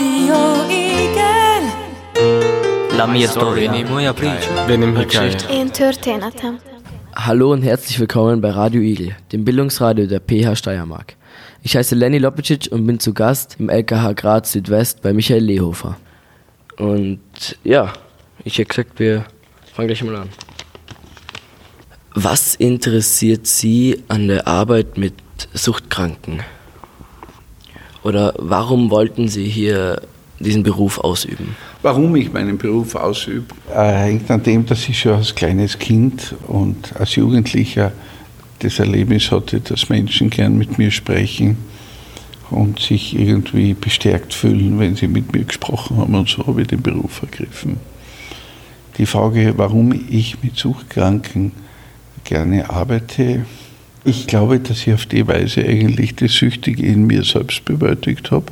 Radio Eagle. La mia storia, moja priča. Benim hikaye. Történetem. Hallo und herzlich willkommen bei Radio Eagle, dem Bildungsradio der PH Steiermark. Ich heiße Lenny Lopicic und bin zu Gast im LKH Graz Südwest bei Michael Lehofer. Und ja, ich hätte gesagt, wir fangen gleich mal an. Was interessiert Sie an der Arbeit mit Suchtkranken? Oder warum wollten Sie hier diesen Beruf ausüben? Warum ich meinen Beruf ausübe, hängt an dem, dass ich schon als kleines Kind und als Jugendlicher das Erlebnis hatte, dass Menschen gern mit mir sprechen und sich irgendwie bestärkt fühlen, wenn sie mit mir gesprochen haben, und so habe ich den Beruf ergriffen. Die Frage, warum ich mit Suchtkranken gerne arbeite, ich glaube, dass ich auf die Weise eigentlich das Süchtige in mir selbst bewältigt habe.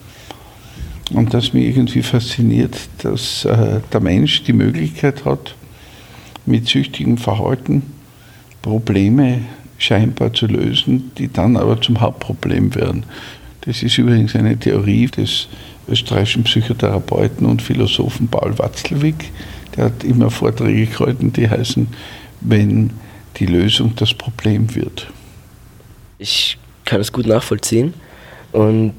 Und dass mich irgendwie fasziniert, dass der Mensch die Möglichkeit hat, mit süchtigem Verhalten Probleme scheinbar zu lösen, die dann aber zum Hauptproblem werden. Das ist übrigens eine Theorie des österreichischen Psychotherapeuten und Philosophen Paul Watzlawick. Der hat immer Vorträge gehalten, die heißen, wenn die Lösung das Problem wird. Ich kann es gut nachvollziehen. Und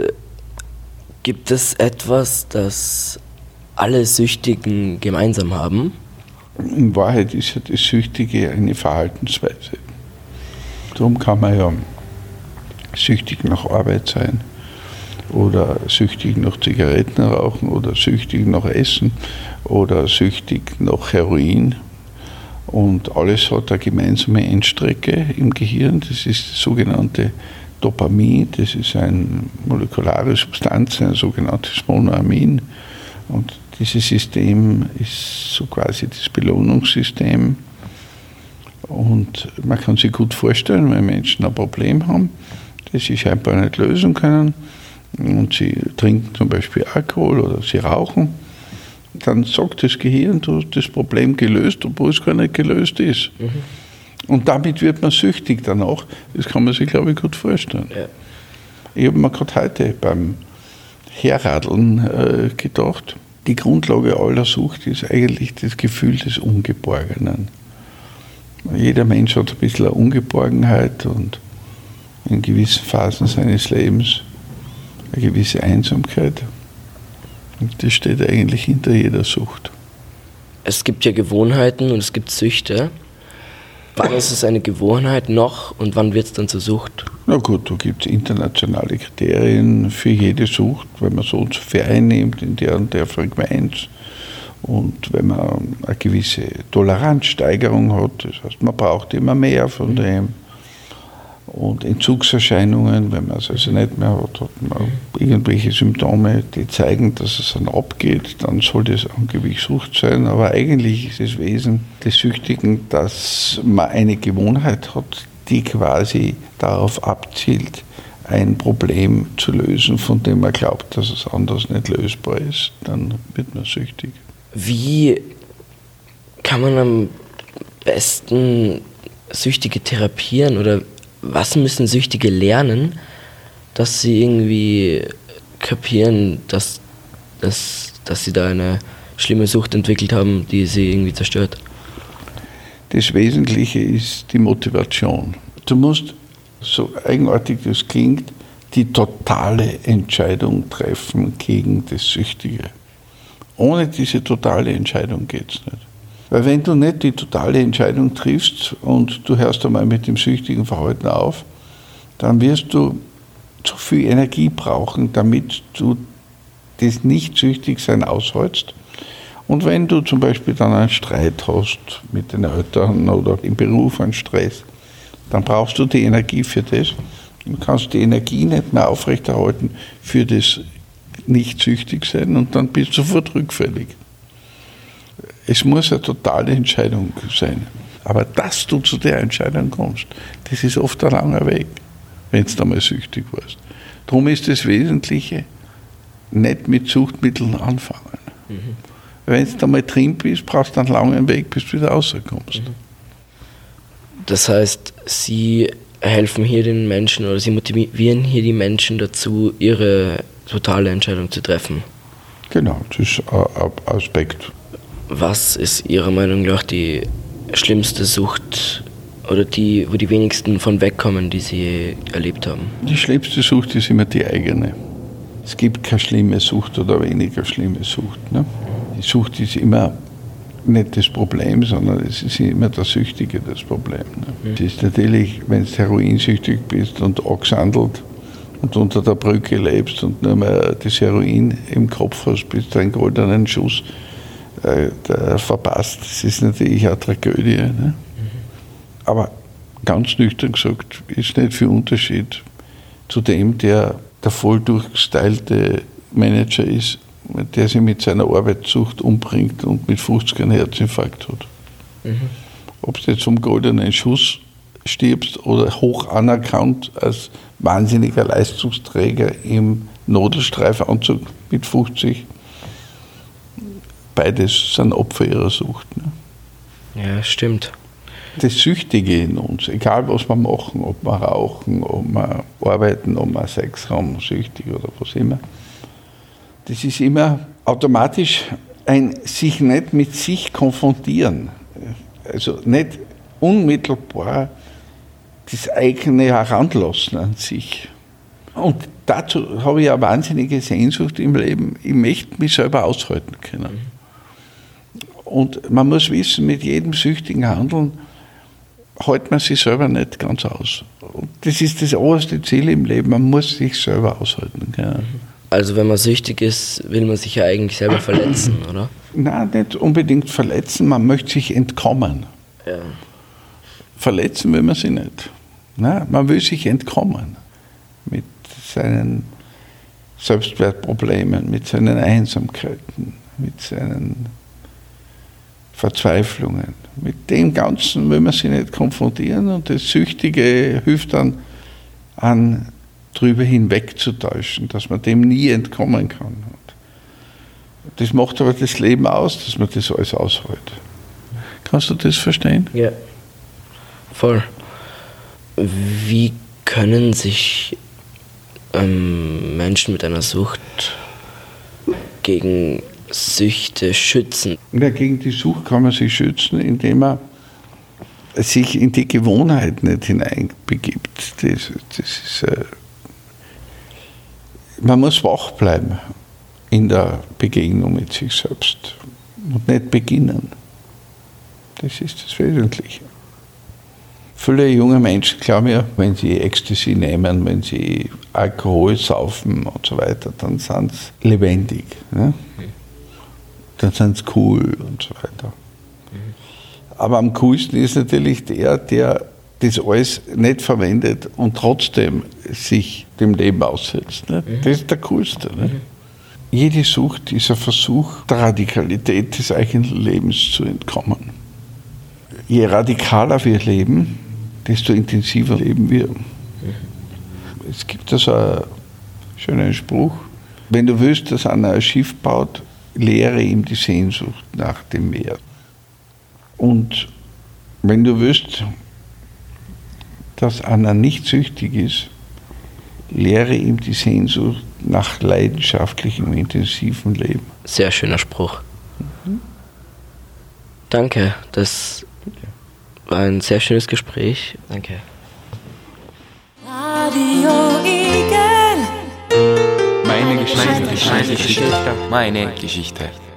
gibt es etwas, das alle Süchtigen gemeinsam haben? In Wahrheit ist ja das Süchtige eine Verhaltensweise. Darum kann man ja süchtig nach Arbeit sein oder süchtig nach Zigaretten rauchen oder süchtig nach Essen oder süchtig nach Heroin. Und alles hat eine gemeinsame Endstrecke im Gehirn, das ist das sogenannte Dopamin, das ist eine molekulare Substanz, ein sogenanntes Monoamin. Und dieses System ist so quasi das Belohnungssystem. Und man kann sich gut vorstellen, wenn Menschen ein Problem haben, das sie scheinbar nicht lösen können, und sie trinken zum Beispiel Alkohol oder sie rauchen, dann sagt das Gehirn, du hast das Problem gelöst, obwohl es gar nicht gelöst ist. Mhm. Und damit wird man süchtig danach. Das kann man sich, glaube ich, gut vorstellen. Ja. Ich habe mir gerade heute beim Herradeln gedacht, die Grundlage aller Sucht ist eigentlich das Gefühl des Ungeborgenen. Jeder Mensch hat ein bisschen eine Ungeborgenheit und in gewissen Phasen seines Lebens eine gewisse Einsamkeit. Und das steht eigentlich hinter jeder Sucht. Es gibt ja Gewohnheiten und es gibt Süchte. Wann ist es eine Gewohnheit noch und wann wird es dann zur Sucht? Na gut, da gibt es internationale Kriterien für jede Sucht, wenn man so und so viel einnimmt in der und der Frequenz und wenn man eine gewisse Toleranzsteigerung hat, das heißt, man braucht immer mehr von dem. Und Entzugserscheinungen, wenn man es also nicht mehr hat, hat man irgendwelche Symptome, die zeigen, dass es dann abgeht, dann soll das angeblich Sucht sein. Aber eigentlich ist das Wesen des Süchtigen, dass man eine Gewohnheit hat, die quasi darauf abzielt, ein Problem zu lösen, von dem man glaubt, dass es anders nicht lösbar ist. Dann wird man süchtig. Wie kann man am besten Süchtige therapieren oder was müssen Süchtige lernen, dass sie irgendwie kapieren, dass sie da eine schlimme Sucht entwickelt haben, die sie irgendwie zerstört? Das Wesentliche ist die Motivation. Du musst, so eigenartig das klingt, die totale Entscheidung treffen gegen das Süchtige. Ohne diese totale Entscheidung geht es nicht. Weil wenn du nicht die totale Entscheidung triffst und du hörst einmal mit dem süchtigen Verhalten auf, dann wirst du zu viel Energie brauchen, damit du das Nicht-Süchtig-Sein aushältst. Und wenn du zum Beispiel dann einen Streit hast mit den Eltern oder im Beruf einen Stress, dann brauchst du die Energie für das. Du kannst die Energie nicht mehr aufrechterhalten für das Nicht-Süchtig-Sein und dann bist du sofort rückfällig. Es muss eine totale Entscheidung sein. Aber dass du zu der Entscheidung kommst, das ist oft ein langer Weg, wenn du einmal süchtig warst. Darum ist das Wesentliche, nicht mit Suchtmitteln anfangen. Mhm. Wenn du einmal drin bist, brauchst du einen langen Weg, bis du wieder rauskommst. Das heißt, Sie helfen hier den Menschen oder sie motivieren hier die Menschen dazu, ihre totale Entscheidung zu treffen. Genau, das ist ein Aspekt. Was ist Ihrer Meinung nach die schlimmste Sucht oder die, wo die wenigsten von wegkommen, die Sie erlebt haben? Die schlimmste Sucht ist immer die eigene. Es gibt keine schlimme Sucht oder weniger schlimme Sucht. Ne? Die Sucht ist immer nicht das Problem, sondern es ist immer der Süchtige das Problem. Ne? Es ist natürlich, wenn du heroinsüchtig bist und angesandelt und unter der Brücke lebst und nur mehr das Heroin im Kopf hast, bis du einen goldenen Schuss verpasst. Das ist natürlich eine Tragödie. Ne? Aber ganz nüchtern gesagt, ist nicht viel Unterschied zu dem, der voll durchgestylte Manager ist, der sich mit seiner Arbeitssucht umbringt und mit 50 einen Herzinfarkt hat. Ob du jetzt zum goldenen Schuss stirbst oder hoch anerkannt als wahnsinniger Leistungsträger im Nadelstreifenanzug mit 50, beides sind Opfer ihrer Sucht. Ne? Ja, stimmt. Das Süchtige in uns, egal was wir machen, ob wir rauchen, ob wir arbeiten, ob wir Sex haben, süchtig oder was immer, das ist immer automatisch ein sich nicht mit sich konfrontieren. Also nicht unmittelbar das eigene Heranlassen an sich. Und dazu habe ich eine wahnsinnige Sehnsucht im Leben. Ich möchte mich selber aushalten können. Und man muss wissen, mit jedem süchtigen Handeln hält man sich selber nicht ganz aus. Und das ist das oberste Ziel im Leben, man muss sich selber aushalten können. Also wenn man süchtig ist, will man sich ja eigentlich selber verletzen, oder? Nein, nicht unbedingt verletzen, man möchte sich entkommen. Ja. Verletzen will man sich nicht. Nein, man will sich entkommen. Mit seinen Selbstwertproblemen, mit seinen Einsamkeiten, mit seinen Verzweiflungen. Mit dem Ganzen will man sich nicht konfrontieren und das Süchtige hilft dann an drüber hinwegzutäuschen, dass man dem nie entkommen kann. Das macht aber das Leben aus, dass man das alles aushält. Kannst du das verstehen? Ja, voll. Wie können sich Menschen mit einer Sucht gegen Süchte schützen? Ja, gegen die Sucht kann man sich schützen, indem man sich in die Gewohnheit nicht hineinbegibt. Das ist, man muss wach bleiben in der Begegnung mit sich selbst und nicht beginnen. Das ist das Wesentliche. Viele junge Menschen glauben ja, wenn sie Ecstasy nehmen, wenn sie Alkohol saufen und so weiter, dann sind sie lebendig. Ne? Dann sind sie cool und so weiter. Aber am coolsten ist natürlich der das alles nicht verwendet und trotzdem sich dem Leben aussetzt. Ne? Das ist der coolste. Ne? Jede Sucht ist ein Versuch, der Radikalität des eigenen Lebens zu entkommen. Je radikaler wir leben, desto intensiver leben wir. Es gibt also einen schönen Spruch: Wenn du willst, dass einer ein Schiff baut, lehre ihm die Sehnsucht nach dem Meer. Und wenn du willst, dass einer nicht süchtig ist, lehre ihm die Sehnsucht nach leidenschaftlichem, intensiven Leben. Sehr schöner Spruch. Danke, das war ein sehr schönes Gespräch. Danke. Radio Igel. Meine Geschichte. Meine Geschichte.